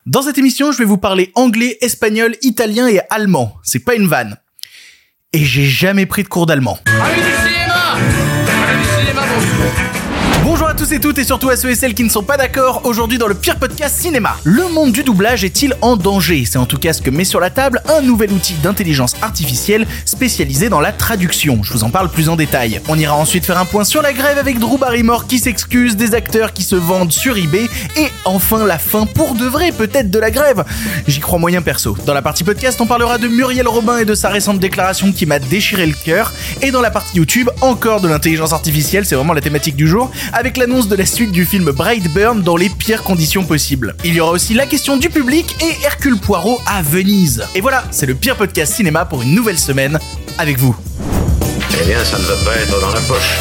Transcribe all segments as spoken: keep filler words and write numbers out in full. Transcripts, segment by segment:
Dans cette émission, je vais vous parler anglais, espagnol, italien et allemand. C'est pas une vanne. Et j'ai jamais pris de cours d'allemand. Allez du cinéma Allez du cinéma, bon. Bonjour à tous et toutes et surtout à ceux et celles qui ne sont pas d'accord. Aujourd'hui dans le pire podcast cinéma. Le monde du doublage est-il en danger ? C'est en tout cas ce que met sur la table un nouvel outil d'intelligence artificielle spécialisé dans la traduction. Je vous en parle plus en détail. On ira ensuite faire un point sur la grève avec Drew Barrymore qui s'excuse, des acteurs qui se vendent sur eBay et enfin la fin pour de vrai peut-être de la grève. J'y crois moyen perso. Dans la partie podcast, on parlera de Muriel Robin et de sa récente déclaration qui m'a déchiré le cœur. Et dans la partie YouTube, encore de l'intelligence artificielle, c'est vraiment la thématique du jour, avec l'annonce de la suite du film Brightburn dans les pires conditions possibles. Il y aura aussi la question du public et Hercule Poirot à Venise. Et voilà, c'est le pire podcast cinéma pour une nouvelle semaine avec vous. Eh bien, ça ne va pas être dans la poche.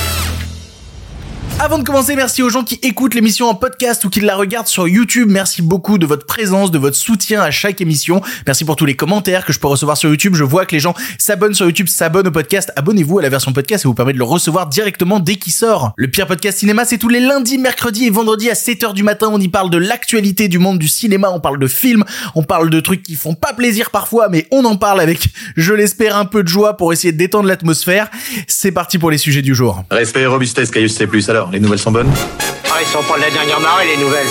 Avant de commencer, merci aux gens qui écoutent l'émission en podcast ou qui la regardent sur YouTube. Merci beaucoup de votre présence, de votre soutien à chaque émission. Merci pour tous les commentaires que je peux recevoir sur YouTube. Je vois que les gens s'abonnent sur YouTube, s'abonnent au podcast. Abonnez-vous à la version podcast, ça vous permet de le recevoir directement dès qu'il sort. Le pire podcast cinéma, c'est tous les lundis, mercredis et vendredis à sept heures du matin. On y parle de l'actualité du monde du cinéma, on parle de films, on parle de trucs qui font pas plaisir parfois, mais on en parle avec, je l'espère, un peu de joie pour essayer de détendre l'atmosphère. C'est parti pour les sujets du jour. Respect et robustesse, Caius C plus, alors. Les nouvelles sont bonnes ? Ah, ils sont pas de la dernière marée, les nouvelles.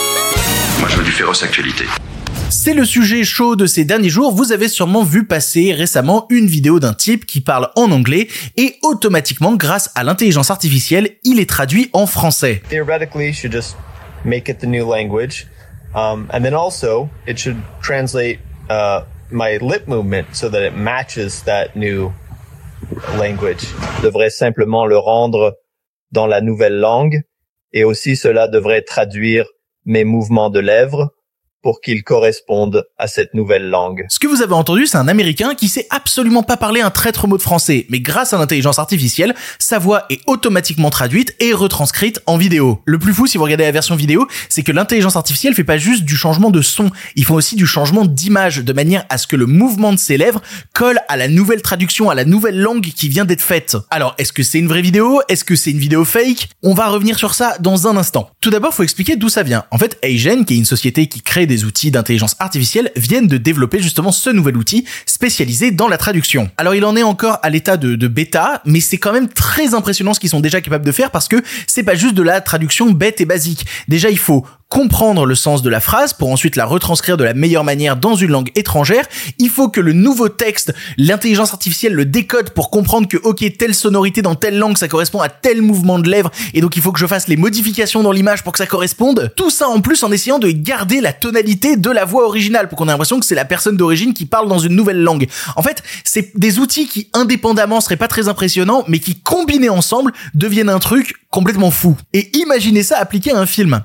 Moi, je veux du féroce actualité. C'est le sujet chaud de ces derniers jours. Vous avez sûrement vu passer récemment une vidéo d'un type qui parle en anglais et automatiquement, grâce à l'intelligence artificielle, il est traduit en français. Theoretically, you should just make it the new language. Um, and then also, it should translate uh, my lip movement so that it matches that new language. Je devrais simplement le rendre dans la nouvelle langue, et aussi cela devrait traduire mes mouvements de lèvres pour qu'ils correspondent à cette nouvelle langue. Ce que vous avez entendu, c'est un Américain qui sait absolument pas parler un traître mot de français, mais grâce à l'intelligence artificielle, sa voix est automatiquement traduite et retranscrite en vidéo. Le plus fou, si vous regardez la version vidéo, c'est que l'intelligence artificielle fait pas juste du changement de son, il faut aussi du changement d'image, de manière à ce que le mouvement de ses lèvres colle à la nouvelle traduction, à la nouvelle langue qui vient d'être faite. Alors, est-ce que c'est une vraie vidéo ? Est-ce que c'est une vidéo fake ? On va revenir sur ça dans un instant. Tout d'abord, faut expliquer d'où ça vient. En fait, Eigen, qui est une société qui crée des outils d'intelligence artificielle, viennent de développer justement ce nouvel outil spécialisé dans la traduction. Alors il en est encore à l'état de, de bêta, mais c'est quand même très impressionnant ce qu'ils sont déjà capables de faire parce que c'est pas juste de la traduction bête et basique. Déjà il faut comprendre le sens de la phrase pour ensuite la retranscrire de la meilleure manière dans une langue étrangère. Il faut que le nouveau texte, l'intelligence artificielle le décode pour comprendre que ok, telle sonorité dans telle langue ça correspond à tel mouvement de lèvres et donc il faut que je fasse les modifications dans l'image pour que ça corresponde. Tout ça en plus en essayant de garder la tonalité de la voix originale pour qu'on ait l'impression que c'est la personne d'origine qui parle dans une nouvelle langue. En fait, c'est des outils qui indépendamment seraient pas très impressionnants mais qui combinés ensemble deviennent un truc complètement fou. Et imaginez ça appliqué à un film.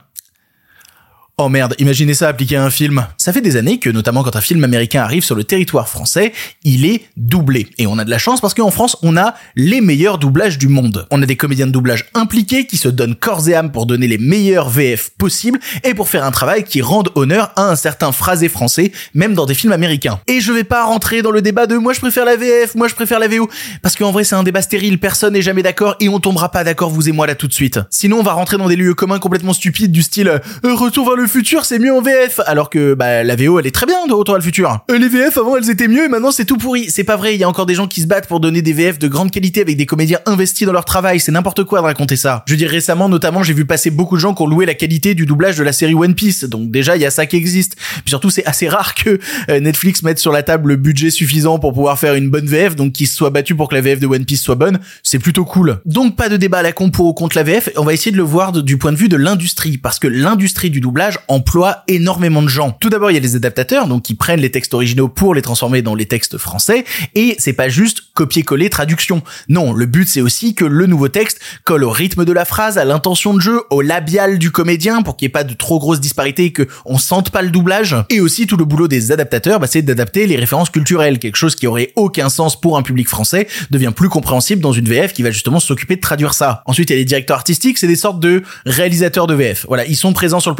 Oh merde, imaginez ça appliqué à un film. Ça fait des années que, notamment quand un film américain arrive sur le territoire français, il est doublé. Et on a de la chance parce qu'en France, on a les meilleurs doublages du monde. On a des comédiens de doublage impliqués qui se donnent corps et âme pour donner les meilleurs V F possibles et pour faire un travail qui rende honneur à un certain phrasé français, même dans des films américains. Et je vais pas rentrer dans le débat de moi je préfère la V F, moi je préfère la V O, parce qu'en vrai c'est un débat stérile, personne n'est jamais d'accord et on tombera pas d'accord vous et moi là tout de suite. Sinon on va rentrer dans des lieux communs complètement stupides du style euh, retour vers le futur c'est mieux en V F, alors que bah la V O elle est très bien de Retour vers le futur. Euh, les V F avant elles étaient mieux et maintenant c'est tout pourri. C'est pas vrai, il y a encore des gens qui se battent pour donner des V F de grande qualité avec des comédiens investis dans leur travail, c'est n'importe quoi de raconter ça. Je veux dire récemment notamment j'ai vu passer beaucoup de gens qui ont loué la qualité du doublage de la série One Piece, donc déjà il y a ça qui existe. Puis surtout c'est assez rare que euh, Netflix mette sur la table le budget suffisant pour pouvoir faire une bonne V F, donc qu'ils se soient battus pour que la V F de One Piece soit bonne, c'est plutôt cool. Donc pas de débat à la con pour ou contre la V F, on va essayer de le voir de, du point de vue de l'industrie, parce que l'industrie du doublage emploie énormément de gens. Tout d'abord, il y a les adaptateurs, donc qui prennent les textes originaux pour les transformer dans les textes français, et c'est pas juste copier-coller traduction. Non, le but c'est aussi que le nouveau texte colle au rythme de la phrase, à l'intention de jeu, au labial du comédien, pour qu'il n'y ait pas de trop grosses disparités et que on sente pas le doublage. Et aussi, tout le boulot des adaptateurs, bah, c'est d'adapter les références culturelles. Quelque chose qui aurait aucun sens pour un public français devient plus compréhensible dans une V F qui va justement s'occuper de traduire ça. Ensuite, il y a les directeurs artistiques, c'est des sortes de réalisateurs de V F. Voilà, ils sont présents sur le plateau, ils sont là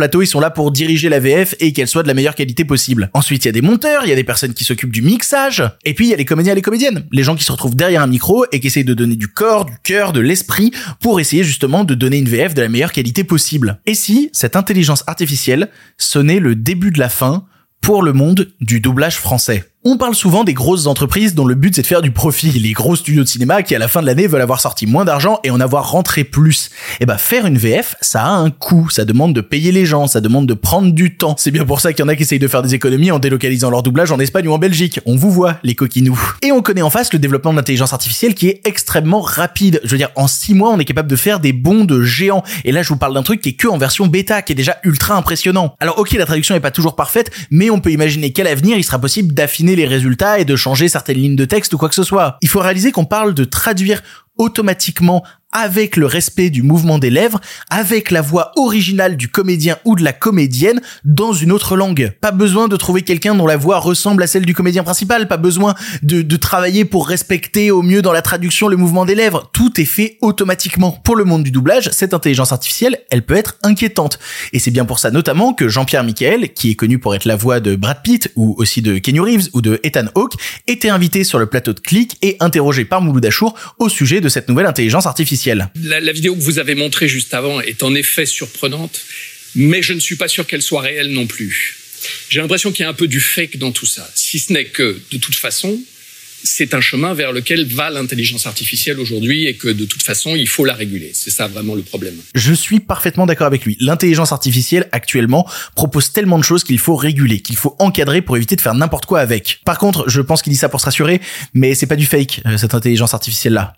là pour diriger la V F et qu'elle soit de la meilleure qualité possible. Ensuite, il y a des monteurs, il y a des personnes qui s'occupent du mixage, et puis il y a les comédiens et les comédiennes, les gens qui se retrouvent derrière un micro et qui essayent de donner du corps, du cœur, de l'esprit pour essayer justement de donner une V F de la meilleure qualité possible. Et si cette intelligence artificielle sonnait le début de la fin pour le monde du doublage français? On parle souvent des grosses entreprises dont le but c'est de faire du profit, les gros studios de cinéma qui à la fin de l'année veulent avoir sorti moins d'argent et en avoir rentré plus. Et bah faire une V F, ça a un coût, ça demande de payer les gens, ça demande de prendre du temps. C'est bien pour ça qu'il y en a qui essayent de faire des économies en délocalisant leur doublage en Espagne ou en Belgique. On vous voit, les coquinous. Et on connaît en face le développement de l'intelligence artificielle qui est extrêmement rapide. Je veux dire, en six mois, on est capable de faire des bonds de géants. Et là, je vous parle d'un truc qui est que en version bêta, qui est déjà ultra impressionnant. Alors ok, la traduction est pas toujours parfaite, mais on peut imaginer qu'à l'avenir, il sera possible d'affiner les résultats et de changer certaines lignes de texte ou quoi que ce soit. Il faut réaliser qu'on parle de traduire automatiquement avec le respect du mouvement des lèvres, avec la voix originale du comédien ou de la comédienne dans une autre langue. Pas besoin de trouver quelqu'un dont la voix ressemble à celle du comédien principal, pas besoin de, de travailler pour respecter au mieux dans la traduction le mouvement des lèvres. Tout est fait automatiquement. Pour le monde du doublage, cette intelligence artificielle, elle peut être inquiétante. Et c'est bien pour ça notamment que Jean-Pierre Michael, qui est connu pour être la voix de Brad Pitt ou aussi de Keanu Reeves ou de Ethan Hawke, était invité sur le plateau de Click et interrogé par Mouloud Achour au sujet de cette nouvelle intelligence artificielle. La, la vidéo que vous avez montrée juste avant est en effet surprenante, mais je ne suis pas sûr qu'elle soit réelle non plus. J'ai l'impression qu'il y a un peu du fake dans tout ça, si ce n'est que, de toute façon, c'est un chemin vers lequel va l'intelligence artificielle aujourd'hui et que, de toute façon, il faut la réguler. C'est ça vraiment le problème. Je suis parfaitement d'accord avec lui. L'intelligence artificielle, actuellement, propose tellement de choses qu'il faut réguler, qu'il faut encadrer pour éviter de faire n'importe quoi avec. Par contre, je pense qu'il dit ça pour se rassurer, mais c'est pas du fake, cette intelligence artificielle-là.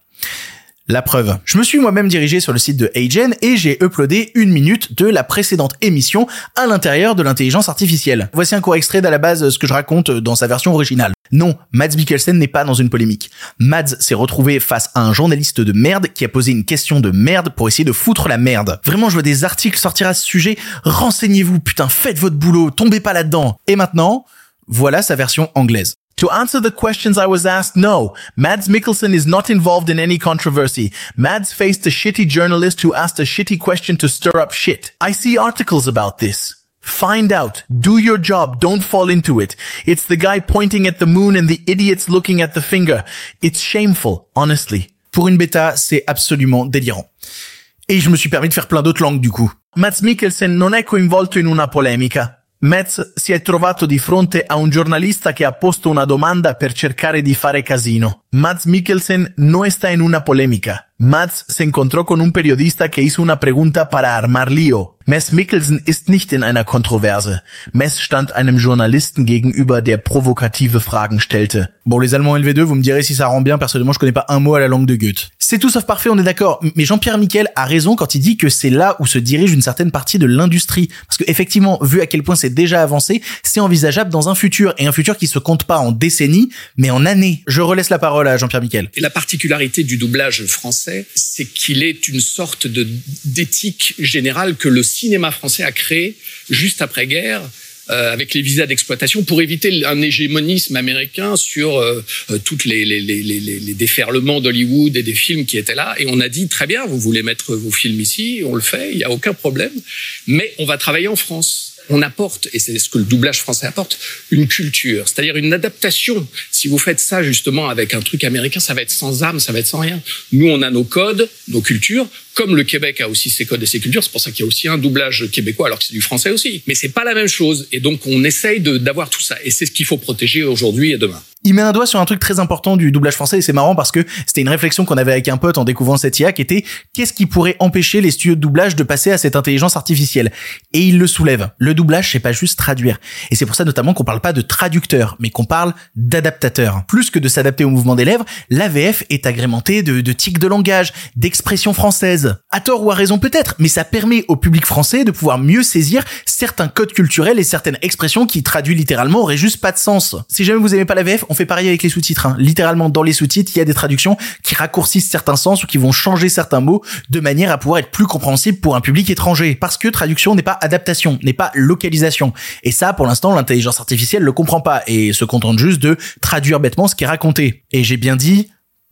La preuve. Je me suis moi-même dirigé sur le site de Agen et j'ai uploadé une minute de la précédente émission à l'intérieur de l'intelligence artificielle. Voici un court extrait d'à la base ce que je raconte dans sa version originale. Non, Mads Mikkelsen n'est pas dans une polémique. Mads s'est retrouvé face à un journaliste de merde qui a posé une question de merde pour essayer de foutre la merde. Vraiment, je vois des articles sortir à ce sujet. Renseignez-vous, putain, faites votre boulot, tombez pas là-dedans. Et maintenant, voilà sa version anglaise. To answer the questions I was asked, no, Mads Mikkelsen is not involved in any controversy. Mads faced a shitty journalist who asked a shitty question to stir up shit. I see articles about this. Find out. Do your job. Don't fall into it. It's the guy pointing at the moon and the idiots looking at the finger. It's shameful, honestly. Pour une bêta, c'est absolument délirant. Et je me suis permis de faire plein d'autres langues du coup. Mads Mikkelsen non è coinvolto in una polemica. Mads si è trovato di fronte a un giornalista che ha posto una domanda per cercare di fare casino. Mads Mikkelsen no está en una polémica. Mads se encontró con un periodista que hizo una pregunta para armar lío. Mads Mikkelsen ist nicht in einer Kontroverse. Mads stand einem Journalisten gegenüber, der provokative Fragen stellte. Bon, les Allemands L V deux, vous me direz si ça rend bien, personnellement je connais pas un mot à la langue de Goethe. C'est tout sauf parfait, on est d'accord, mais Jean-Pierre Michael a raison quand il dit que c'est là où se dirige une certaine partie de l'industrie. Parce que effectivement, vu à quel point c'est déjà avancé, c'est envisageable dans un futur, et un futur qui se compte pas en décennies, mais en années. Je relaisse la parole à Jean-Pierre Michael. Et la particularité du doublage français, c'est qu'il est une sorte de d'éthique générale que le cinéma français a créé juste après-guerre, euh, avec les visas d'exploitation, pour éviter un hégémonisme américain sur euh, euh, toutes les, les, les, les, les déferlements d'Hollywood et des films qui étaient là. Et on a dit, très bien, vous voulez mettre vos films ici, on le fait, il n'y a aucun problème, mais on va travailler en France. On apporte, et c'est ce que le doublage français apporte, une culture, c'est-à-dire une adaptation. Si vous faites ça justement avec un truc américain, ça va être sans âme, ça va être sans rien. Nous, on a nos codes, nos cultures, comme le Québec a aussi ses codes et ses cultures. C'est pour ça qu'il y a aussi un doublage québécois, alors que c'est du français aussi. Mais c'est pas la même chose. Et donc, on essaye de, d'avoir tout ça. Et c'est ce qu'il faut protéger aujourd'hui et demain. Il met un doigt sur un truc très important du doublage français, et c'est marrant parce que c'était une réflexion qu'on avait avec un pote en découvrant cette I A, qui était qu'est-ce qui pourrait empêcher les studios de doublage de passer à cette intelligence artificielle. Et il le soulève. Le doublage, c'est pas juste traduire. Et c'est pour ça notamment qu'on parle pas de traducteur, mais qu'on parle d'adaptateur. Plus que de s'adapter au mouvement des lèvres, la V F est agrémentée de, de tics de langage, d'expressions françaises. À tort ou à raison peut-être, mais ça permet au public français de pouvoir mieux saisir certains codes culturels et certaines expressions qui, traduits littéralement, auraient juste pas de sens. Si jamais vous aimez pas la V F, on fait pareil avec les sous-titres. Hein. Littéralement, dans les sous-titres, il y a des traductions qui raccourcissent certains sens ou qui vont changer certains mots de manière à pouvoir être plus compréhensible pour un public étranger. Parce que traduction n'est pas adaptation, n'est pas localisation. Et ça, pour l'instant, l'intelligence artificielle le comprend pas et se contente juste de traduire bêtement ce qui est raconté. Et j'ai bien dit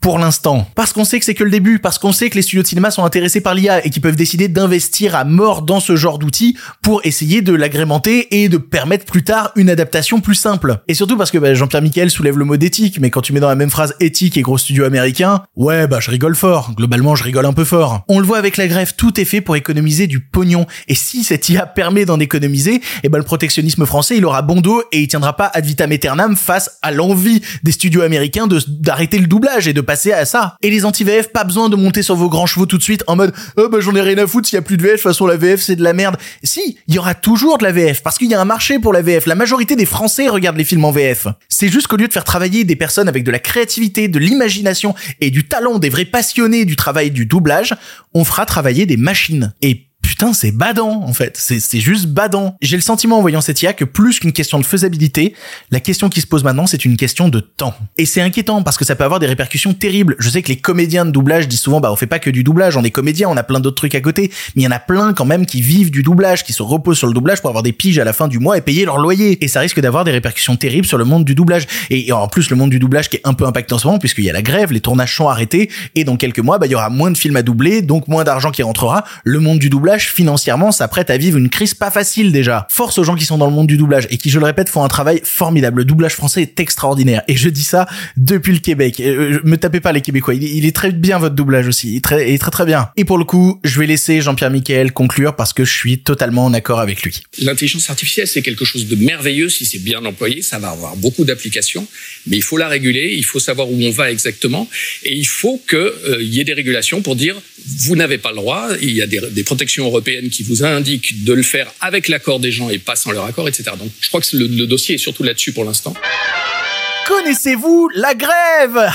Pour l'instant. Parce qu'on sait que c'est que le début, parce qu'on sait que les studios de cinéma sont intéressés par l'I A et qu'ils peuvent décider d'investir à mort dans ce genre d'outils pour essayer de l'agrémenter et de permettre plus tard une adaptation plus simple. Et surtout parce que bah, Jean-Pierre Michael soulève le mot d'éthique, mais quand tu mets dans la même phrase éthique et gros studio américain, ouais bah je rigole fort. Globalement je rigole un peu fort. On le voit avec la grève, tout est fait pour économiser du pognon. Et si cette I A permet d'en économiser, et ben le protectionnisme français il aura bon dos et il tiendra pas ad vitam aeternam face à l'envie des studios américains de d'arrêter le doublage et de passer à ça. Et les anti-V F, pas besoin de monter sur vos grands chevaux tout de suite en mode oh bah j'en ai rien à foutre s'il y a plus de V F, de toute façon la V F c'est de la merde. Si, il y aura toujours de la V F parce qu'il y a un marché pour la V F. La majorité des Français regardent les films en V F. C'est juste qu'au lieu de faire travailler des personnes avec de la créativité, de l'imagination et du talent, des vrais passionnés du travail du doublage, on fera travailler des machines. Et putain, c'est badant, en fait. C'est, c'est juste badant. J'ai le sentiment, en voyant cette I A, que plus qu'une question de faisabilité, la question qui se pose maintenant, c'est une question de temps. Et c'est inquiétant, parce que ça peut avoir des répercussions terribles. Je sais que les comédiens de doublage disent souvent, bah, on fait pas que du doublage, on est comédien, on a plein d'autres trucs à côté. Mais il y en a plein, quand même, qui vivent du doublage, qui se reposent sur le doublage pour avoir des piges à la fin du mois et payer leur loyer. Et ça risque d'avoir des répercussions terribles sur le monde du doublage. Et en plus, le monde du doublage qui est un peu impacté en ce moment, puisqu'il y a la grève, les tournages sont arrêtés, et dans quelques mois, bah, il y aura moins de films à doubler, donc moins d'argent qui rentrera. Le monde du doublage, financièrement, s'apprête à vivre une crise pas facile déjà. Force aux gens qui sont dans le monde du doublage et qui, je le répète, font un travail formidable. Le doublage français est extraordinaire. Et je dis ça depuis le Québec. Euh, me tapez pas les Québécois. Il est, il est très bien votre doublage aussi. Il est très, il est très très bien. Et pour le coup, je vais laisser Jean-Pierre Michael conclure parce que je suis totalement en accord avec lui. L'intelligence artificielle, c'est quelque chose de merveilleux si c'est bien employé. Ça va avoir beaucoup d'applications, mais il faut la réguler. Il faut savoir où on va exactement. Et il faut qu'il euh, y ait des régulations pour dire vous n'avez pas le droit. Il y a des, des protections européennes qui vous indiquent de le faire avec l'accord des gens et pas sans leur accord, et cetera. Donc, je crois que le, le dossier est surtout là-dessus pour l'instant. Connaissez-vous la grève?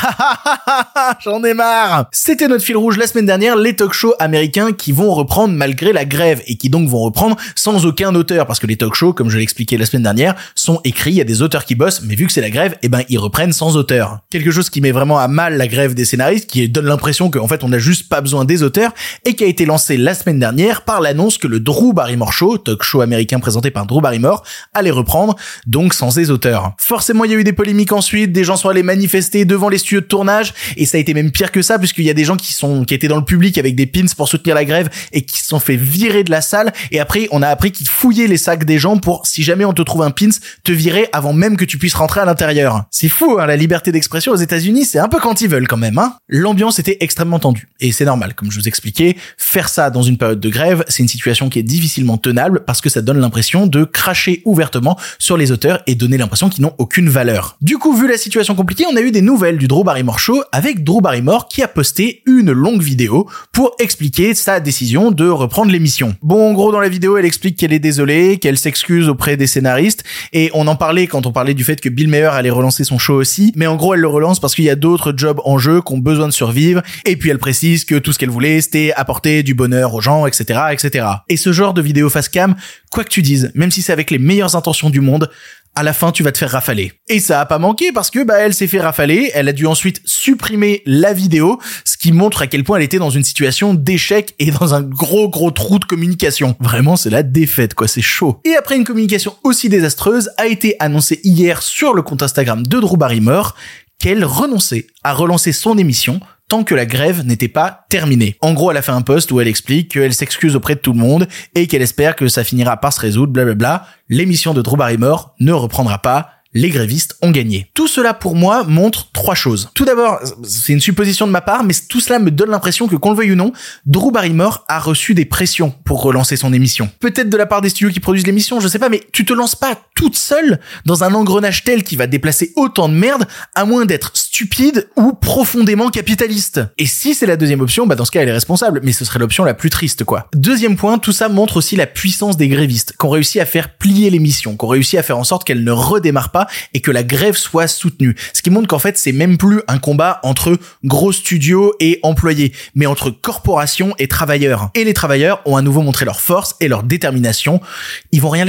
J'en ai marre. C'était notre fil rouge la semaine dernière, les talk-shows américains qui vont reprendre malgré la grève et qui donc vont reprendre sans aucun auteur parce que les talk-shows, comme je l'ai expliqué la semaine dernière, sont écrits, il y a des auteurs qui bossent, mais vu que c'est la grève, eh ben ils reprennent sans auteur. Quelque chose qui met vraiment à mal la grève des scénaristes, qui donne l'impression qu'en fait on n'a juste pas besoin des auteurs et qui a été lancé la semaine dernière par l'annonce que le Drew Barrymore Show, talk-show américain présenté par Drew Barrymore, allait reprendre, donc sans ses auteurs. Forcément, il y a eu des polémiques ensuite, des gens sont allés manifester devant les studios de tournage et ça a été même pire que ça puisqu'il y a des gens qui sont qui étaient dans le public avec des pins pour soutenir la grève et qui se sont fait virer de la salle et après on a appris qu'ils fouillaient les sacs des gens pour, si jamais on te trouve un pins, te virer avant même que tu puisses rentrer à l'intérieur. C'est fou, hein, la liberté d'expression aux États-Unis, c'est un peu quand ils veulent quand même, hein. L'ambiance était extrêmement tendue et c'est normal, comme je vous expliquais, faire ça dans une période de grève, c'est une situation qui est difficilement tenable parce que ça donne l'impression de cracher ouvertement sur les auteurs et donner l'impression qu'ils n'ont aucune valeur. Du coup, vu la situation compliquée, on a eu des nouvelles du Drew Barrymore Show avec Drew Barrymore qui a posté une longue vidéo pour expliquer sa décision de reprendre l'émission. Bon, en gros, dans la vidéo, elle explique qu'elle est désolée, qu'elle s'excuse auprès des scénaristes et on en parlait quand on parlait du fait que Bill Maher allait relancer son show aussi, mais en gros, elle le relance parce qu'il y a d'autres jobs en jeu qui ont besoin de survivre et puis elle précise que tout ce qu'elle voulait, c'était apporter du bonheur aux gens, et cetera, et cetera. Et ce genre de vidéo face cam, quoi que tu dises, même si c'est avec les meilleures intentions du monde, à la fin, tu vas te faire rafaler. Et ça a pas manqué parce que, bah, elle s'est fait rafaler, elle a dû ensuite supprimer la vidéo, ce qui montre à quel point elle était dans une situation d'échec et dans un gros gros trou de communication. Vraiment, c'est la défaite, quoi, c'est chaud. Et après une communication aussi désastreuse, a été annoncé hier sur le compte Instagram de Drew Barrymore qu'elle renonçait à relancer son émission tant que la grève n'était pas terminée. En gros, elle a fait un post où elle explique qu'elle s'excuse auprès de tout le monde et qu'elle espère que ça finira par se résoudre, blablabla. L'émission de Drew Barrymore ne reprendra pas. Les grévistes ont gagné. Tout cela, pour moi, montre trois choses. Tout d'abord, c'est une supposition de ma part, mais tout cela me donne l'impression que, qu'on le veuille ou non, Drew Barrymore a reçu des pressions pour relancer son émission. Peut-être de la part des studios qui produisent l'émission, je sais pas, mais tu te lances pas toute seule dans un engrenage tel qui va déplacer autant de merde, à moins d'être stupide ou profondément capitaliste. Et si c'est la deuxième option, bah dans ce cas, elle est responsable, mais ce serait l'option la plus triste, quoi. Deuxième point, tout ça montre aussi la puissance des grévistes, qui ont réussi à faire plier l'émission, qui ont réussi à faire en sorte qu'elle ne redémarre pas et que la grève soit soutenue. Ce qui montre qu'en fait, c'est même plus un combat entre gros studios et employés, mais entre corporations et travailleurs. Et les travailleurs ont à nouveau montré leur force et leur détermination. Ils vont rien lâcher.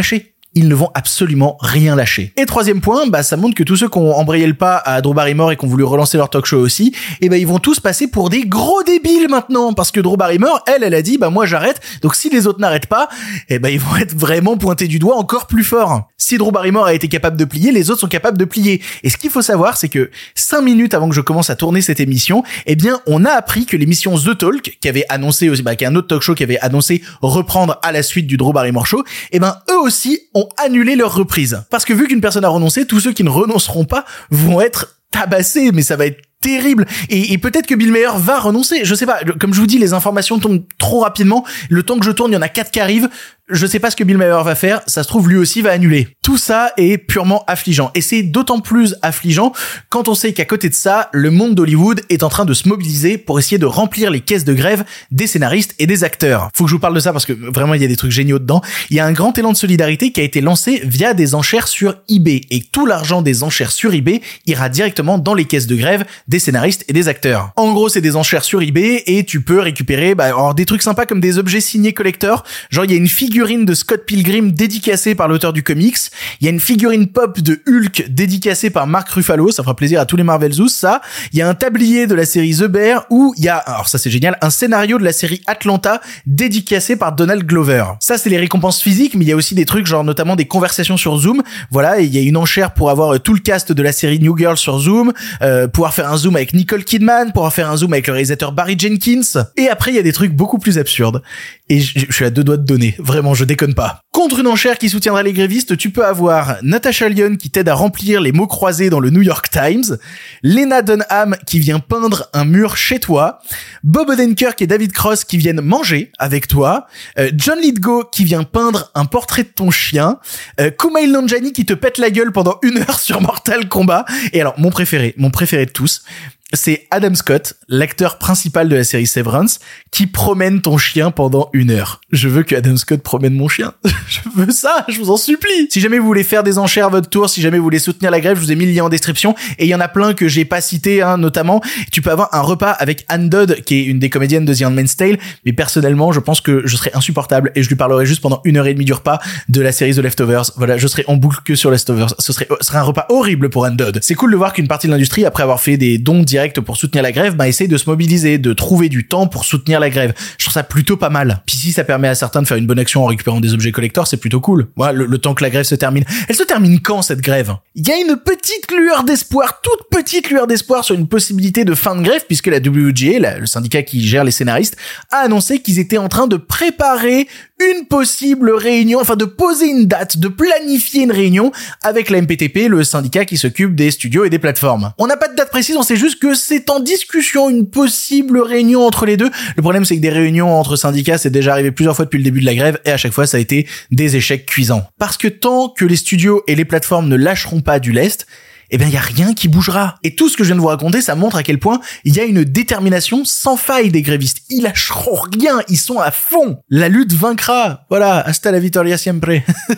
ils ne vont absolument rien lâcher. Et troisième point, bah ça montre que tous ceux qui ont embrayé le pas à Drew Barrymore et qui ont voulu relancer leur talk show aussi, et ben bah, ils vont tous passer pour des gros débiles maintenant, parce que Drew Barrymore, elle, elle a dit bah moi j'arrête, donc si les autres n'arrêtent pas, et ben bah, ils vont être vraiment pointés du doigt encore plus fort. Si Drew Barrymore a été capable de plier, les autres sont capables de plier. Et ce qu'il faut savoir, c'est que cinq minutes avant que je commence à tourner cette émission, eh bien on a appris que l'émission The Talk, qui avait annoncé aussi, bah qui est un autre talk show qui avait annoncé reprendre à la suite du Drew Barrymore Show, eh ben eux aussi ont annulé leur reprise. Parce que vu qu'une personne a renoncé, tous ceux qui ne renonceront pas vont être tabassés, mais ça va être terrible. Et, et peut-être que Bill Maher va renoncer. Je sais pas. Comme je vous dis, les informations tombent trop rapidement. Le temps que je tourne, il y en a quatre qui arrivent. Je sais pas ce que Bill Maher va faire. Ça se trouve, lui aussi va annuler. Tout ça est purement affligeant. Et c'est d'autant plus affligeant quand on sait qu'à côté de ça, le monde d'Hollywood est en train de se mobiliser pour essayer de remplir les caisses de grève des scénaristes et des acteurs. Faut que je vous parle de ça parce que vraiment, il y a des trucs géniaux dedans. Il y a un grand élan de solidarité qui a été lancé via des enchères sur eBay. Et tout l'argent des enchères sur eBay ira directement dans les caisses de grève des scénaristes et des acteurs. En gros, c'est des enchères sur eBay et tu peux récupérer bah, alors, des trucs sympas comme des objets signés collector. Genre, il y a une figurine de Scott Pilgrim dédicacée par l'auteur du comics. Il y a une figurine pop de Hulk dédicacée par Mark Ruffalo. Ça fera plaisir à tous les Marvel Zoos, ça. Il y a un tablier de la série The Bear où il y a, alors ça c'est génial, un scénario de la série Atlanta dédicacé par Donald Glover. Ça, c'est les récompenses physiques, mais il y a aussi des trucs genre notamment des conversations sur Zoom. Voilà, et il y a une enchère pour avoir tout le cast de la série New Girl sur Zoom, euh, pouvoir faire un Zoom avec Nicole Kidman, pouvoir faire un Zoom avec le réalisateur Barry Jenkins. Et après, il y a des trucs beaucoup plus absurdes. Et je, je suis à deux doigts de donner. Vraiment, je déconne pas. Contre une enchère qui soutiendra les grévistes, tu peux avoir Natasha Lyonne qui t'aide à remplir les mots croisés dans le New York Times, Lena Dunham qui vient peindre un mur chez toi, Bob Odenkirk et David Cross qui viennent manger avec toi, euh, John Lithgow qui vient peindre un portrait de ton chien, euh, Kumail Nanjiani qui te pète la gueule pendant une heure sur Mortal Kombat, et alors mon préféré, mon préféré de tous, c'est Adam Scott, l'acteur principal de la série Severance, qui promène ton chien pendant une heure. Je veux que Adam Scott promène mon chien. Je veux ça, je vous en supplie. Si jamais vous voulez faire des enchères à votre tour, si jamais vous voulez soutenir la grève, je vous ai mis le lien en description. Et il y en a plein que j'ai pas cité, hein, notamment. Tu peux avoir un repas avec Anne Dodd, qui est une des comédiennes de The Handmaid's Tale. Mais personnellement, je pense que je serais insupportable et je lui parlerai juste pendant une heure et demie du repas de la série The Leftovers. Voilà, je serais en boucle que sur Leftovers. Ce serait, ce serait un repas horrible pour Anne Dodd. C'est cool de voir qu'une partie de l'industrie, après avoir fait des dons directs pour soutenir la grève, bah essaye de se mobiliser, de trouver du temps pour soutenir la grève. Je trouve ça plutôt pas mal. Puis si ça permet à certains de faire une bonne action en récupérant des objets collector, c'est plutôt cool. Moi, le, le temps que la grève se termine. Elle se termine quand, cette grève? Il y a une petite lueur d'espoir, toute petite lueur d'espoir sur une possibilité de fin de grève, puisque la W G A, la, le syndicat qui gère les scénaristes, a annoncé qu'ils étaient en train de préparer une possible réunion, enfin de poser une date, de planifier une réunion avec la M P T P, le syndicat qui s'occupe des studios et des plateformes. On n'a pas de date précise, on sait juste que c'est en discussion, une possible réunion entre les deux. Le problème, c'est que des réunions entre syndicats, c'est déjà arrivé plusieurs fois depuis le début de la grève, et à chaque fois, ça a été des échecs cuisants. Parce que tant que les studios et les plateformes ne lâcheront pas du lest, eh bien, il y a rien qui bougera. Et tout ce que je viens de vous raconter, ça montre à quel point il y a une détermination sans faille des grévistes. Ils lâcheront rien, ils sont à fond. La lutte vaincra. Voilà, hasta la victoria siempre.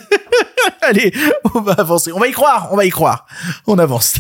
Allez, on va avancer. On va y croire, on va y croire. On avance.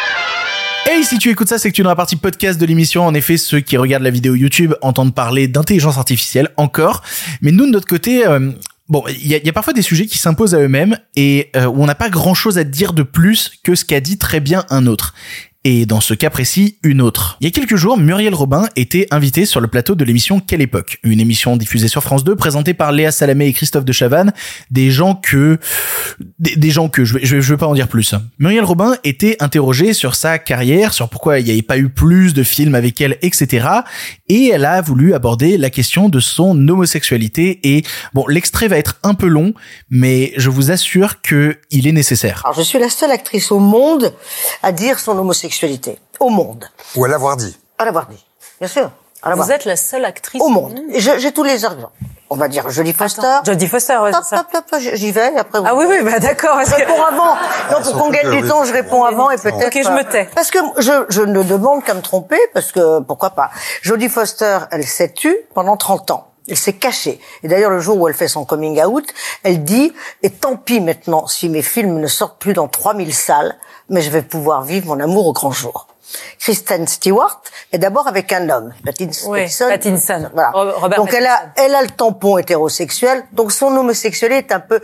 Et si tu écoutes ça, c'est que tu es dans la partie podcast de l'émission. En effet, ceux qui regardent la vidéo YouTube entendent parler d'intelligence artificielle encore. Mais nous, de notre côté... Euh, Bon, il y a, y a parfois des sujets qui s'imposent à eux-mêmes et euh, où on n'a pas grand-chose à dire de plus que ce qu'a dit très bien un autre. Et dans ce cas précis, une autre. Il y a quelques jours, Muriel Robin était invitée sur le plateau de l'émission Quelle époque ? Une émission diffusée sur France deux, présentée par Léa Salamé et Christophe de Chavannes, des gens que... Des, des gens que... Je vais, je, vais, je vais pas en dire plus. Muriel Robin était interrogée sur sa carrière, sur pourquoi il n'y avait pas eu plus de films avec elle, et cetera. Et elle a voulu aborder la question de son homosexualité. Et bon, l'extrait va être un peu long, mais je vous assure que il est nécessaire. Alors, je suis la seule actrice au monde à dire son homosexualité. Au monde. Ou à l'avoir dit. À l'avoir dit, bien sûr. À Vous êtes la seule actrice au monde. Et je, j'ai tous les arguments. On va dire Jodie Foster. Jodie Foster, ouais, hop, c'est ça. Hop, hop, hop, j'y vais, et après... Vous... Ah oui, oui, bah d'accord. Je réponds avant. Non, pour qu'on gagne du temps, je réponds avant, et peut-être... Ok, je me tais. Parce que je, je ne demande qu'à me tromper, parce que, pourquoi pas. Jodie Foster, elle s'est tue pendant trente ans. Elle s'est cachée. Et d'ailleurs, le jour où elle fait son coming out, elle dit, et tant pis maintenant si mes films ne sortent plus dans trois mille salles, mais je vais pouvoir vivre mon amour au grand jour. Kristen Stewart est d'abord avec un homme, Pattinson. Oui, Pattinson. Voilà. Robert donc Pattinson. elle a, elle a le tampon hétérosexuel, donc son homosexualité est un peu,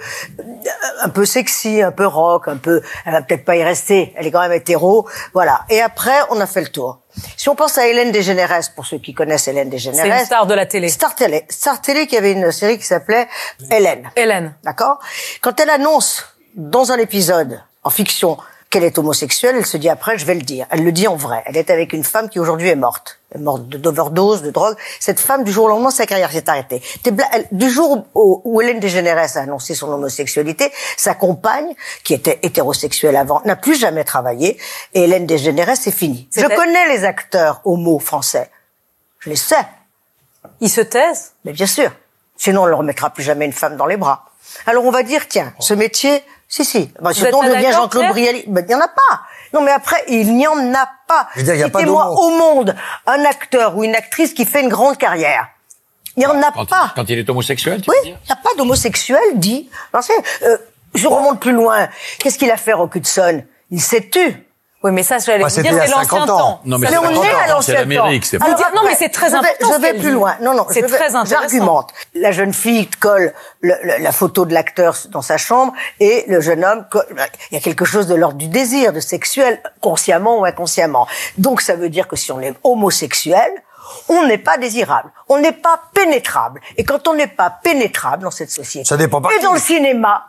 un peu sexy, un peu rock, un peu, elle va peut-être pas y rester, elle est quand même hétéro, voilà. Et après, on a fait le tour. Si on pense à Hélène DeGeneres, pour ceux qui connaissent Hélène DeGeneres. C'est une star de la télé. Star télé. Star télé qui avait une série qui s'appelait Hélène. Hélène. D'accord? Quand elle annonce dans un épisode, en fiction, qu'elle est homosexuelle, elle se dit après, je vais le dire. Elle le dit en vrai. Elle est avec une femme qui aujourd'hui est morte. Elle est morte d'overdose, de drogue. Cette femme, du jour au lendemain, sa carrière s'est arrêtée. Elle, du jour où, où Hélène DeGeneres a annoncé son homosexualité, sa compagne, qui était hétérosexuelle avant, n'a plus jamais travaillé. Et Hélène DeGeneres, c'est fini. Je connais les acteurs homo français. Je les sais. Ils se taisent? Mais bien sûr. Sinon, on ne leur mettra plus jamais une femme dans les bras. Alors on va dire, tiens, ce métier, si, si. Bah, ce dont devient Jean-Claude Brialy, ben, il n'y en a pas. Non, mais après, il n'y en a pas. Citez-moi au monde un acteur ou une actrice qui fait une grande carrière. Il n'y en a quand pas. Il, quand il est homosexuel, tu oui, veux dire? il n'y a pas d'homosexuel dit. Non, c'est, euh, je remonte plus loin. Qu'est-ce qu'il a fait, Rock Hudson? Il s'est tu. Oui, mais ça, j'allais bah, vous dire, c'est l'ancien temps. Non, mais, mais on est à l'ancien temps. C'est l'Amérique, c'est pas. Alors, non, mais c'est très je vais, important. Je vais plus loin. Non, non, c'est très intéressant. J'argumente. La jeune fille colle le, le, la photo de l'acteur dans sa chambre et le jeune homme, colle, il y a quelque chose de l'ordre du désir, de sexuel, consciemment ou inconsciemment. Donc, ça veut dire que si on est homosexuel, on n'est pas désirable, on n'est pas pénétrable. Et quand on n'est pas pénétrable dans cette société, ça dépend pas et qui. dans le cinéma,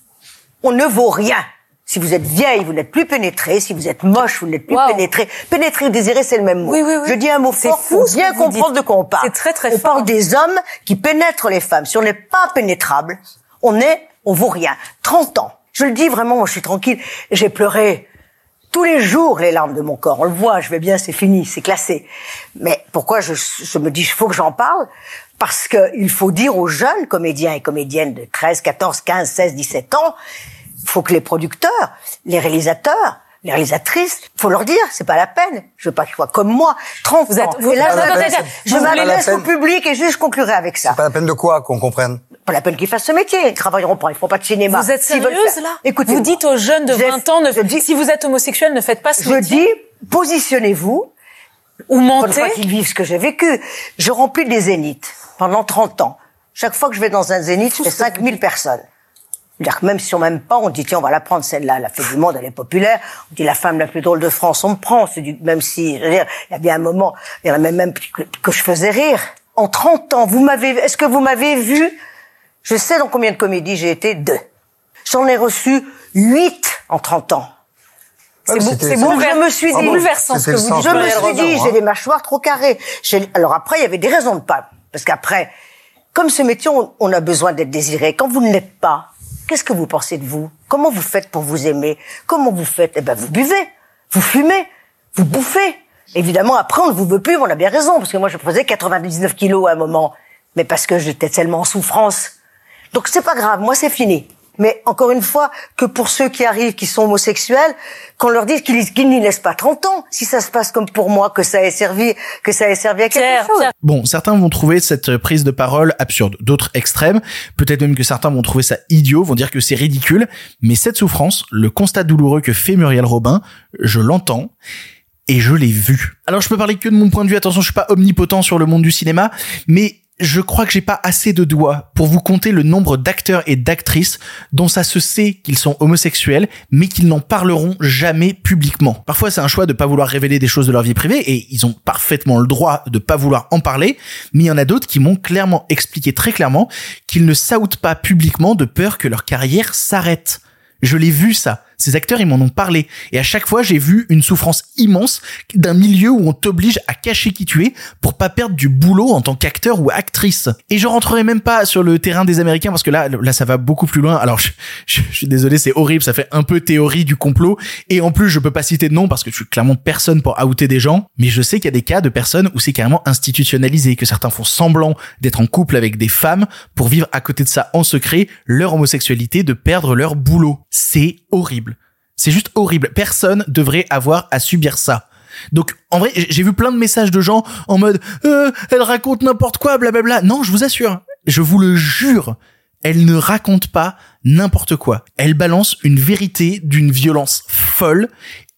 on ne vaut rien. Si vous êtes vieille, vous n'êtes plus pénétrée. Si vous êtes moche, vous n'êtes plus wow. pénétrée. Pénétrer ou désirer, c'est le même mot. Oui, oui, oui. Je dis un mot fort pour bien comprendre de quoi on parle. C'est très, très on fort. parle des hommes qui pénètrent les femmes. Si on n'est pas pénétrable, on est, on vaut rien. trente ans. Je le dis vraiment, moi, je suis tranquille. J'ai pleuré tous les jours les larmes de mon corps. On le voit, je vais bien, c'est fini, c'est classé. Mais pourquoi je, je me dis, il faut que j'en parle? Parce que il faut dire aux jeunes comédiens et comédiennes de treize, quatorze, quinze, seize, dix-sept ans, il faut que les producteurs, les réalisateurs, les réalisatrices, faut leur dire, c'est pas la peine. Je veux pas qu'ils soient comme moi, trente vous êtes, ans. Vous, et là, je, je m'adresse au public et juste je conclurai avec ça. C'est pas la peine de quoi, qu'on comprenne? Pas la peine qu'ils fassent ce métier. Ils travailleront pas, ils feront pas de cinéma. Vous êtes sérieuse, là? Écoutez. Vous dites aux jeunes de vingt ans, ne, dis, si vous êtes homosexuel, ne faites pas ce je métier. Je dis, positionnez-vous. Ou mentez. Pour une fois qu'ils vivent ce que j'ai vécu. Je remplis des zéniths pendant trente ans. Chaque fois que je vais dans un zénith, je fais cinq mille personnes. C'est-à-dire que même si on m'aime pas, on dit tiens, on va la prendre celle-là, la fête du monde, elle est populaire. On dit la femme la plus drôle de France, on me prend. C'est du, même si, je veux dire, il y a bien un moment, il y en a même, même que, que je faisais rire. En trente ans, vous m'avez, est-ce que vous m'avez vu? Je sais dans combien de comédies j'ai été, deux. J'en ai reçu huit en trente ans. C'est beau, c'est bouleversant. Je me suis dit, bouleversant ce que vous dites. Je me suis dit, j'ai des mâchoires trop carrées. Alors après, il y avait des raisons de pas. Parce qu'après, comme ce métier, on, on a besoin d'être désiré. Quand vous ne l'êtes pas, qu'est-ce que vous pensez de vous? Comment vous faites pour vous aimer? Comment vous faites? Eh ben, vous buvez, vous fumez, vous bouffez. Évidemment, après, on ne vous veut plus, on a bien raison, parce que moi, je faisais quatre-vingt-dix-neuf kilos à un moment. Mais parce que j'étais tellement en souffrance. Donc, c'est pas grave, moi, c'est fini. Mais encore une fois, que pour ceux qui arrivent, qui sont homosexuels, qu'on leur dise qu'ils, qu'ils n'y laissent pas trente ans, si ça se passe comme pour moi, que ça ait servi, que ça ait servi à quelque Pierre, chose. Pierre. Bon, certains vont trouver cette prise de parole absurde, d'autres extrêmes, peut-être même que certains vont trouver ça idiot, vont dire que c'est ridicule, mais cette souffrance, le constat douloureux que fait Muriel Robin, je l'entends, et je l'ai vu. Alors je peux parler que de mon point de vue, attention, je suis pas omnipotent sur le monde du cinéma, mais je crois que j'ai pas assez de doigts pour vous compter le nombre d'acteurs et d'actrices dont ça se sait qu'ils sont homosexuels, mais qu'ils n'en parleront jamais publiquement. Parfois, c'est un choix de pas vouloir révéler des choses de leur vie privée, et ils ont parfaitement le droit de pas vouloir en parler, mais il y en a d'autres qui m'ont clairement expliqué très clairement qu'ils ne s'outent pas publiquement de peur que leur carrière s'arrête. Je l'ai vu ça. Ces acteurs, ils m'en ont parlé. Et à chaque fois, j'ai vu une souffrance immense d'un milieu où on t'oblige à cacher qui tu es pour pas perdre du boulot en tant qu'acteur ou actrice. Et je rentrerai même pas sur le terrain des Américains parce que là, là, ça va beaucoup plus loin. Alors, je, je, je suis désolé, c'est horrible. Ça fait un peu théorie du complot. Et en plus, je peux pas citer de nom parce que je suis clairement personne pour outer des gens. Mais je sais qu'il y a des cas de personnes où c'est carrément institutionnalisé, que certains font semblant d'être en couple avec des femmes pour vivre à côté de ça en secret leur homosexualité, de perdre leur boulot. C'est horrible. C'est juste horrible. Personne devrait avoir à subir ça. Donc, en vrai, j'ai vu plein de messages de gens en mode euh, « elle raconte n'importe quoi, blablabla ». Non, je vous assure, je vous le jure, elle ne raconte pas n'importe quoi. Elle balance une vérité d'une violence folle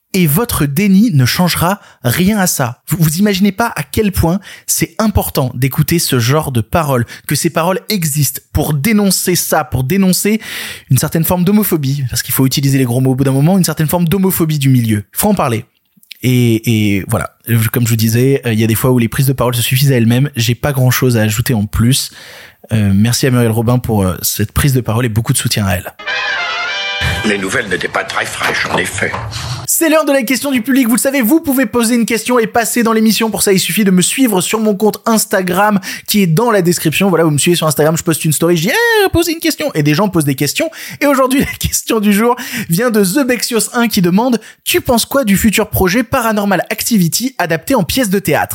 Et votre déni ne changera rien à ça. Vous, vous imaginez pas à quel point c'est important d'écouter ce genre de paroles, que ces paroles existent pour dénoncer ça, pour dénoncer une certaine forme d'homophobie, parce qu'il faut utiliser les gros mots au bout d'un moment, une certaine forme d'homophobie du milieu. Il faut en parler. Et, et voilà, comme je vous disais, il y a des fois où les prises de parole se suffisent à elles-mêmes. J'ai pas grand-chose à ajouter en plus. Euh, merci à Muriel Robin pour euh, cette prise de parole et beaucoup de soutien à elle. Les nouvelles n'étaient pas très fraîches, en effet. C'est l'heure de la question du public. Vous le savez, vous pouvez poser une question et passer dans l'émission. Pour ça, il suffit de me suivre sur mon compte Instagram qui est dans la description. Voilà, vous me suivez sur Instagram, je poste une story, je dis hey, posez une question. Et des gens posent des questions. Et aujourd'hui, la question du jour vient de The Bexios un qui demande « Tu penses quoi du futur projet Paranormal Activity adapté en pièce de théâtre ?»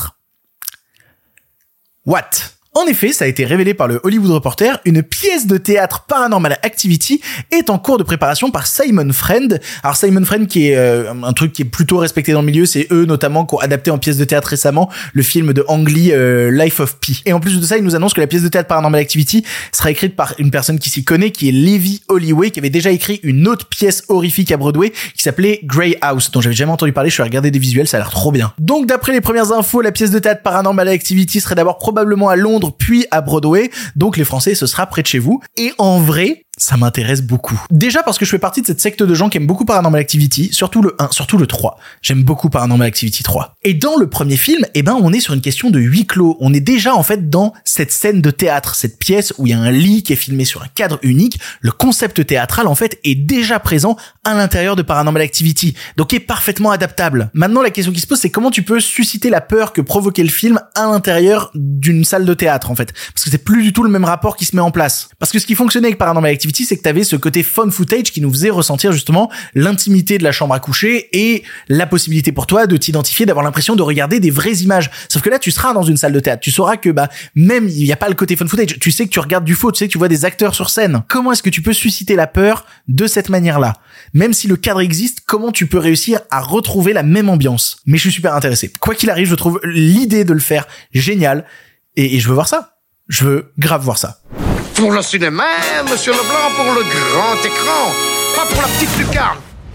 What ? En effet, ça a été révélé par le Hollywood Reporter, une pièce de théâtre Paranormal Activity est en cours de préparation par Simon Friend. Alors Simon Friend qui est euh, un truc qui est plutôt respecté dans le milieu, c'est eux notamment qui ont adapté en pièce de théâtre récemment le film de Ang Lee euh, Life of Pi. Et en plus de ça, il nous annonce que la pièce de théâtre Paranormal Activity sera écrite par une personne qui s'y connaît, qui est Levi Holloway, qui avait déjà écrit une autre pièce horrifique à Broadway qui s'appelait Grey House, dont j'avais jamais entendu parler. Je suis allé regarder des visuels, ça a l'air trop bien. Donc d'après les premières infos, la pièce de théâtre Paranormal Activity serait d'abord probablement à Londres puis à Broadway, donc les Français ce sera près de chez vous. Et en vrai, ça m'intéresse beaucoup. Déjà parce que je fais partie de cette secte de gens qui aiment beaucoup Paranormal Activity, surtout le un, surtout le trois. J'aime beaucoup Paranormal Activity trois. Et dans le premier film, eh ben, on est sur une question de huis clos. On est déjà, en fait, dans cette scène de théâtre, cette pièce où il y a un lit qui est filmé sur un cadre unique. Le concept théâtral, en fait, est déjà présent à l'intérieur de Paranormal Activity. Donc, est parfaitement adaptable. Maintenant, la question qui se pose, c'est comment tu peux susciter la peur que provoquait le film à l'intérieur d'une salle de théâtre, en fait. Parce que c'est plus du tout le même rapport qui se met en place. Parce que ce qui fonctionnait avec Paranormal Activity, c'est que t'avais ce côté found footage qui nous faisait ressentir justement l'intimité de la chambre à coucher et la possibilité pour toi de t'identifier, d'avoir l'impression de regarder des vraies images. Sauf que là, tu seras dans une salle de théâtre. Tu sauras que, bah, même, il n'y a pas le côté found footage. Tu sais que tu regardes du faux, tu sais que tu vois des acteurs sur scène. Comment est-ce que tu peux susciter la peur de cette manière-là? Même si le cadre existe, comment tu peux réussir à retrouver la même ambiance? Mais je suis super intéressé. Quoi qu'il arrive, je trouve l'idée de le faire géniale et, et je veux voir ça. Je veux grave voir ça. Pour le cinéma, monsieur Leblanc, pour le grand écran, pas pour la petite lucarne.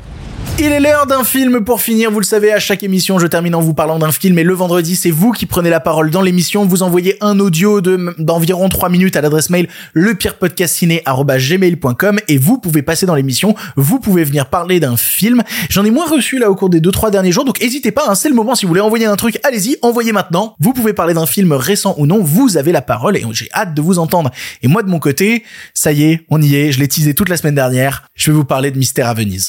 Il est l'heure d'un film pour finir, vous le savez, à chaque émission, je termine en vous parlant d'un film et le vendredi, c'est vous qui prenez la parole dans l'émission, vous envoyez un audio de, d'environ trois minutes à l'adresse mail lepirepodcastciné arobase gmail point com et vous pouvez passer dans l'émission, vous pouvez venir parler d'un film. J'en ai moins reçu là au cours des deux trois derniers jours, donc n'hésitez pas, hein, c'est le moment, si vous voulez envoyer un truc, allez-y, envoyez maintenant. Vous pouvez parler d'un film récent ou non, vous avez la parole et j'ai hâte de vous entendre. Et moi de mon côté, ça y est, on y est, je l'ai teasé toute la semaine dernière, je vais vous parler de Mystère à Venise.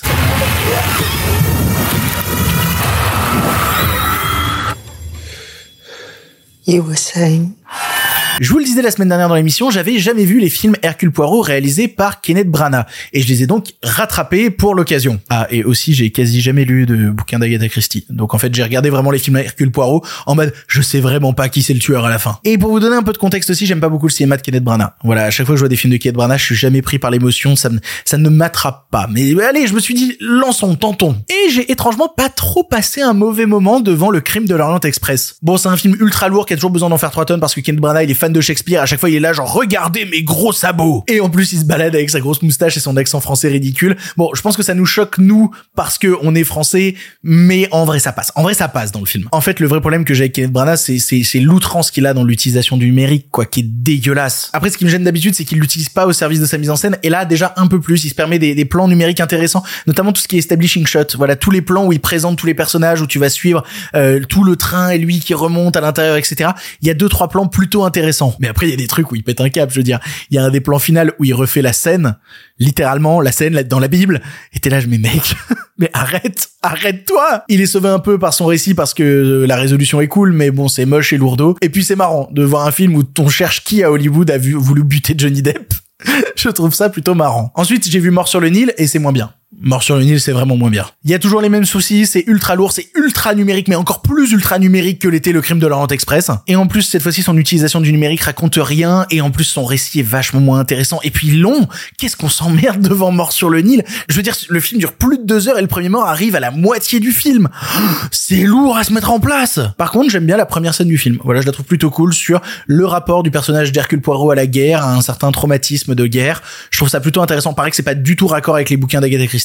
You were saying? Je vous le disais la semaine dernière dans l'émission, j'avais jamais vu les films Hercule Poirot réalisés par Kenneth Branagh. Et je les ai donc rattrapés pour l'occasion. Ah, et aussi, j'ai quasi jamais lu de bouquin d'Agatha Christie. Donc en fait, j'ai regardé vraiment les films Hercule Poirot en mode, je sais vraiment pas qui c'est le tueur à la fin. Et pour vous donner un peu de contexte aussi, j'aime pas beaucoup le cinéma de Kenneth Branagh. Voilà, à chaque fois que je vois des films de Kenneth Branagh, je suis jamais pris par l'émotion, ça me, ça ne m'attrape pas. Mais allez, je me suis dit, lançons, tentons. Et j'ai étrangement pas trop passé un mauvais moment devant Le Crime de l'Orient Express. Bon, c'est un film ultra lourd qui a toujours besoin d'en faire trois tonnes parce que Kenneth Branagh, il est fan de Shakespeare, à chaque fois il est là genre regardez mes gros sabots, et en plus il se balade avec sa grosse moustache et son accent français ridicule. Bon, je pense que ça nous choque nous parce que on est français, mais en vrai ça passe, en vrai ça passe dans le film. En fait le vrai problème que j'ai avec Kenneth Branagh c'est c'est c'est l'outrance qu'il a dans l'utilisation du numérique, quoi, qui est dégueulasse. Après ce qui me gêne d'habitude c'est qu'il l'utilise pas au service de sa mise en scène, et là déjà un peu plus, il se permet des, des plans numériques intéressants, notamment tout ce qui est establishing shot, voilà, tous les plans où il présente tous les personnages, où tu vas suivre euh, tout le train et lui qui remonte à l'intérieur, etc. Il y a deux trois plans plutôt intéressants, mais après il y a des trucs où il pète un câble, je veux dire. Il y a un des plans finaux où il refait la scène, littéralement la scène là dans la Bible, et t'es là, je mais mec, mais arrête, arrête-toi. Il est sauvé un peu par son récit parce que la résolution est cool, mais bon, c'est moche et lourdeau. Et puis c'est marrant de voir un film où on cherche qui à Hollywood a vu, voulu buter Johnny Depp. Je trouve ça plutôt marrant. Ensuite, j'ai vu Mort sur le Nil et c'est moins bien. Mort sur le Nil, c'est vraiment moins bien. Il y a toujours les mêmes soucis, c'est ultra lourd, c'est ultra numérique, mais encore plus ultra numérique que l'était Le Crime de l'Orient Express. Et en plus, cette fois-ci, son utilisation du numérique raconte rien, et en plus, son récit est vachement moins intéressant. Et puis long, qu'est-ce qu'on s'emmerde devant Mort sur le Nil. Je veux dire, le film dure plus de deux heures et le premier mort arrive à la moitié du film. C'est lourd à se mettre en place. Par contre, j'aime bien la première scène du film. Voilà, je la trouve plutôt cool sur le rapport du personnage d'Hercule Poirot à la guerre, à un certain traumatisme de guerre. Je trouve ça plutôt intéressant. Pareil que c'est pas du tout raccord avec les bouquins d'Agatha Christie.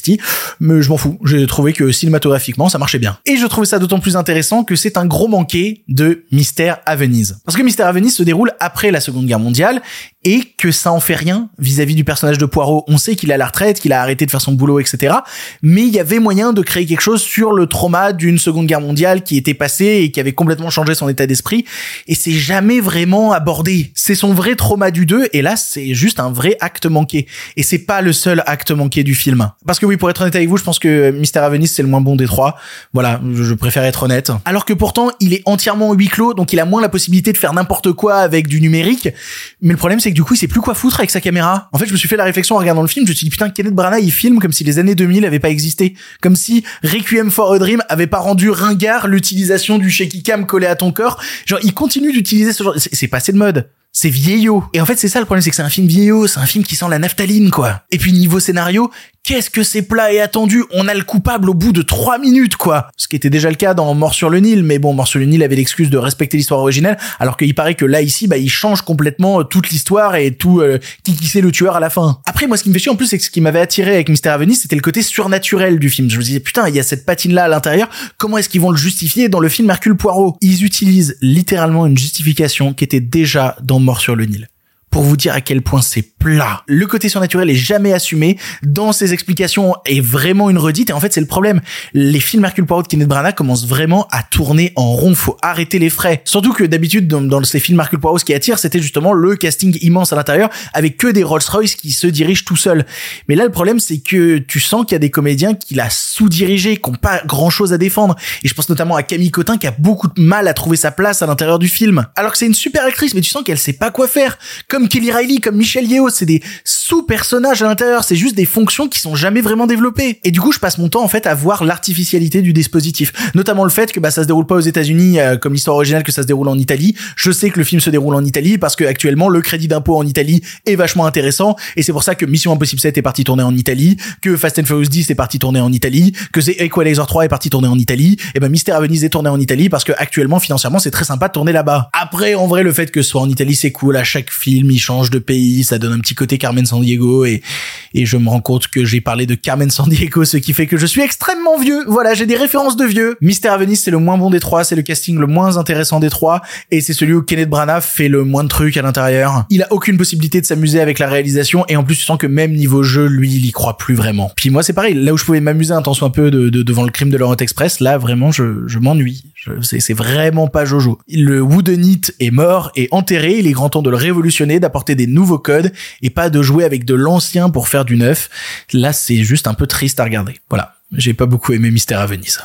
Christie, mais je m'en fous. J'ai trouvé que cinématographiquement, ça marchait bien. Et je trouvais ça d'autant plus intéressant que c'est un gros manqué de Mystère à Venise. Parce que Mystère à Venise se déroule après la Seconde Guerre mondiale, et que ça en fait rien vis-à-vis du personnage de Poirot. On sait qu'il est à la retraite, qu'il a arrêté de faire son boulot, et cetera. Mais il y avait moyen de créer quelque chose sur le trauma d'une Seconde Guerre mondiale qui était passée et qui avait complètement changé son état d'esprit. Et c'est jamais vraiment abordé. C'est son vrai trauma du deux, et là, c'est juste un vrai acte manqué. Et c'est pas le seul acte manqué du film. Parce que oui, pour être honnête avec vous, je pense que Mystère à Venise, c'est le moins bon des trois. Voilà, je préfère être honnête. Alors que pourtant, il est entièrement huis clos, donc il a moins la possibilité de faire n'importe quoi avec du numérique. Mais le problème, c'est que du coup, il sait plus quoi foutre avec sa caméra. En fait, je me suis fait la réflexion en regardant le film, je me suis dit, putain, Kenneth Branagh, il filme comme si les années deux mille avaient pas existé. Comme si Requiem for a Dream avait pas rendu ringard l'utilisation du shaky cam collé à ton corps. Genre, il continue d'utiliser ce genre, c'est, c'est passé de mode. C'est vieillot. Et en fait, c'est ça le problème, c'est que c'est un film vieillot, c'est un film qui sent la naphtaline, quoi. Et puis, niveau scénario, qu'est-ce que c'est plat et attendu? On a le coupable au bout de trois minutes, quoi. Ce qui était déjà le cas dans Mort sur le Nil, mais bon, Mort sur le Nil avait l'excuse de respecter l'histoire originelle, alors qu'il paraît que là, ici, bah, il change complètement toute l'histoire et tout, euh, qui, qui c'est le tueur à la fin. Après, moi, ce qui me fait chier, en plus, c'est que ce qui m'avait attiré avec Mystère à Venise, c'était le côté surnaturel du film. Je me disais, putain, il y a cette patine-là à l'intérieur, comment est-ce qu'ils vont le justifier dans le film Hercule Poirot? Ils utilisent littéralement une justification qui était déjà dans Mort sur le Nil. Pour vous dire à quel point c'est plat. Le côté surnaturel est jamais assumé. Dans ses explications est vraiment une redite. Et en fait, c'est le problème. Les films Hercule Poirot de Kenneth Branagh commencent vraiment à tourner en rond. Faut arrêter les frais. Surtout que d'habitude, dans, dans ces films Hercule Poirot, ce qui attire, c'était justement le casting immense à l'intérieur, avec que des Rolls-Royce qui se dirigent tout seuls. Mais là, le problème, c'est que tu sens qu'il y a des comédiens qui l'a sous-dirigé, qui ont pas grand-chose à défendre. Et je pense notamment à Camille Cotin, qui a beaucoup de mal à trouver sa place à l'intérieur du film. Alors que c'est une super actrice, mais tu sens qu'elle sait pas quoi faire. Comme Kelly Reilly, comme Michelle Yeoh, c'est des sous-personnages à l'intérieur, c'est juste des fonctions qui sont jamais vraiment développées. Et du coup, je passe mon temps en fait à voir l'artificialité du dispositif, notamment le fait que bah ça se déroule pas aux États-Unis euh, comme l'histoire originale, que ça se déroule en Italie. Je sais que le film se déroule en Italie parce que actuellement le crédit d'impôt en Italie est vachement intéressant, et c'est pour ça que Mission Impossible sept est parti tourner en Italie, que Fast and Furious dix est parti tourner en Italie, que The Equalizer trois est parti tourner en Italie, et ben Mystère à Venise est tourné en Italie parce que actuellement financièrement c'est très sympa de tourner là-bas. Après, en vrai, le fait que ce soit en Italie, c'est cool. À chaque film, il change de pays, ça donne un petit côté Carmen Sandiego, et et je me rends compte que j'ai parlé de Carmen Sandiego, ce qui fait que je suis extrêmement vieux. Voilà, j'ai des références de vieux. Mystère à Venise, c'est le moins bon des trois, c'est le casting le moins intéressant des trois, et c'est celui où Kenneth Branagh fait le moins de trucs à l'intérieur. Il a aucune possibilité de s'amuser avec la réalisation, et en plus tu sens que même niveau jeu, lui, il y croit plus vraiment. Puis moi, c'est pareil, là où je pouvais m'amuser un tant soit peu de, de, devant le Crime de l'Orient Express, là vraiment je, je m'ennuie. Je, c'est, c'est vraiment pas Jojo. Le Whodunit est mort et enterré, il est grand temps de le révolutionner, d'apporter des nouveaux codes et pas de jouer avec de l'ancien pour faire du neuf. Là, c'est juste un peu triste à regarder. Voilà. J'ai pas beaucoup aimé Mystère à Venise.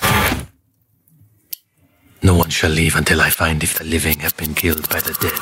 No one shall leave until I find if the living have been killed by the dead.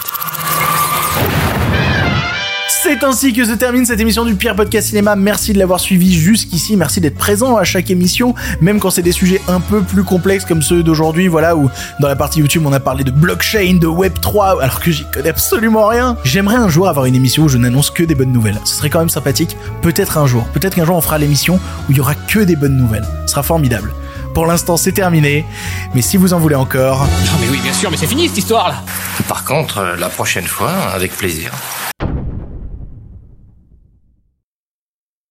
C'est ainsi que se termine cette émission du Pire Podcast Cinéma. Merci de l'avoir suivi jusqu'ici. Merci d'être présent à chaque émission, même quand c'est des sujets un peu plus complexes comme ceux d'aujourd'hui, voilà, où dans la partie YouTube on a parlé de blockchain, de web trois, alors que j'y connais absolument rien. J'aimerais un jour avoir une émission où je n'annonce que des bonnes nouvelles. Ce serait quand même sympathique. Peut-être un jour. Peut-être qu'un jour on fera l'émission où il y aura que des bonnes nouvelles. Ce sera formidable. Pour l'instant, c'est terminé. Mais si vous en voulez encore... Non mais oui, bien sûr, mais c'est fini cette histoire-là. Par contre, la prochaine fois, avec plaisir.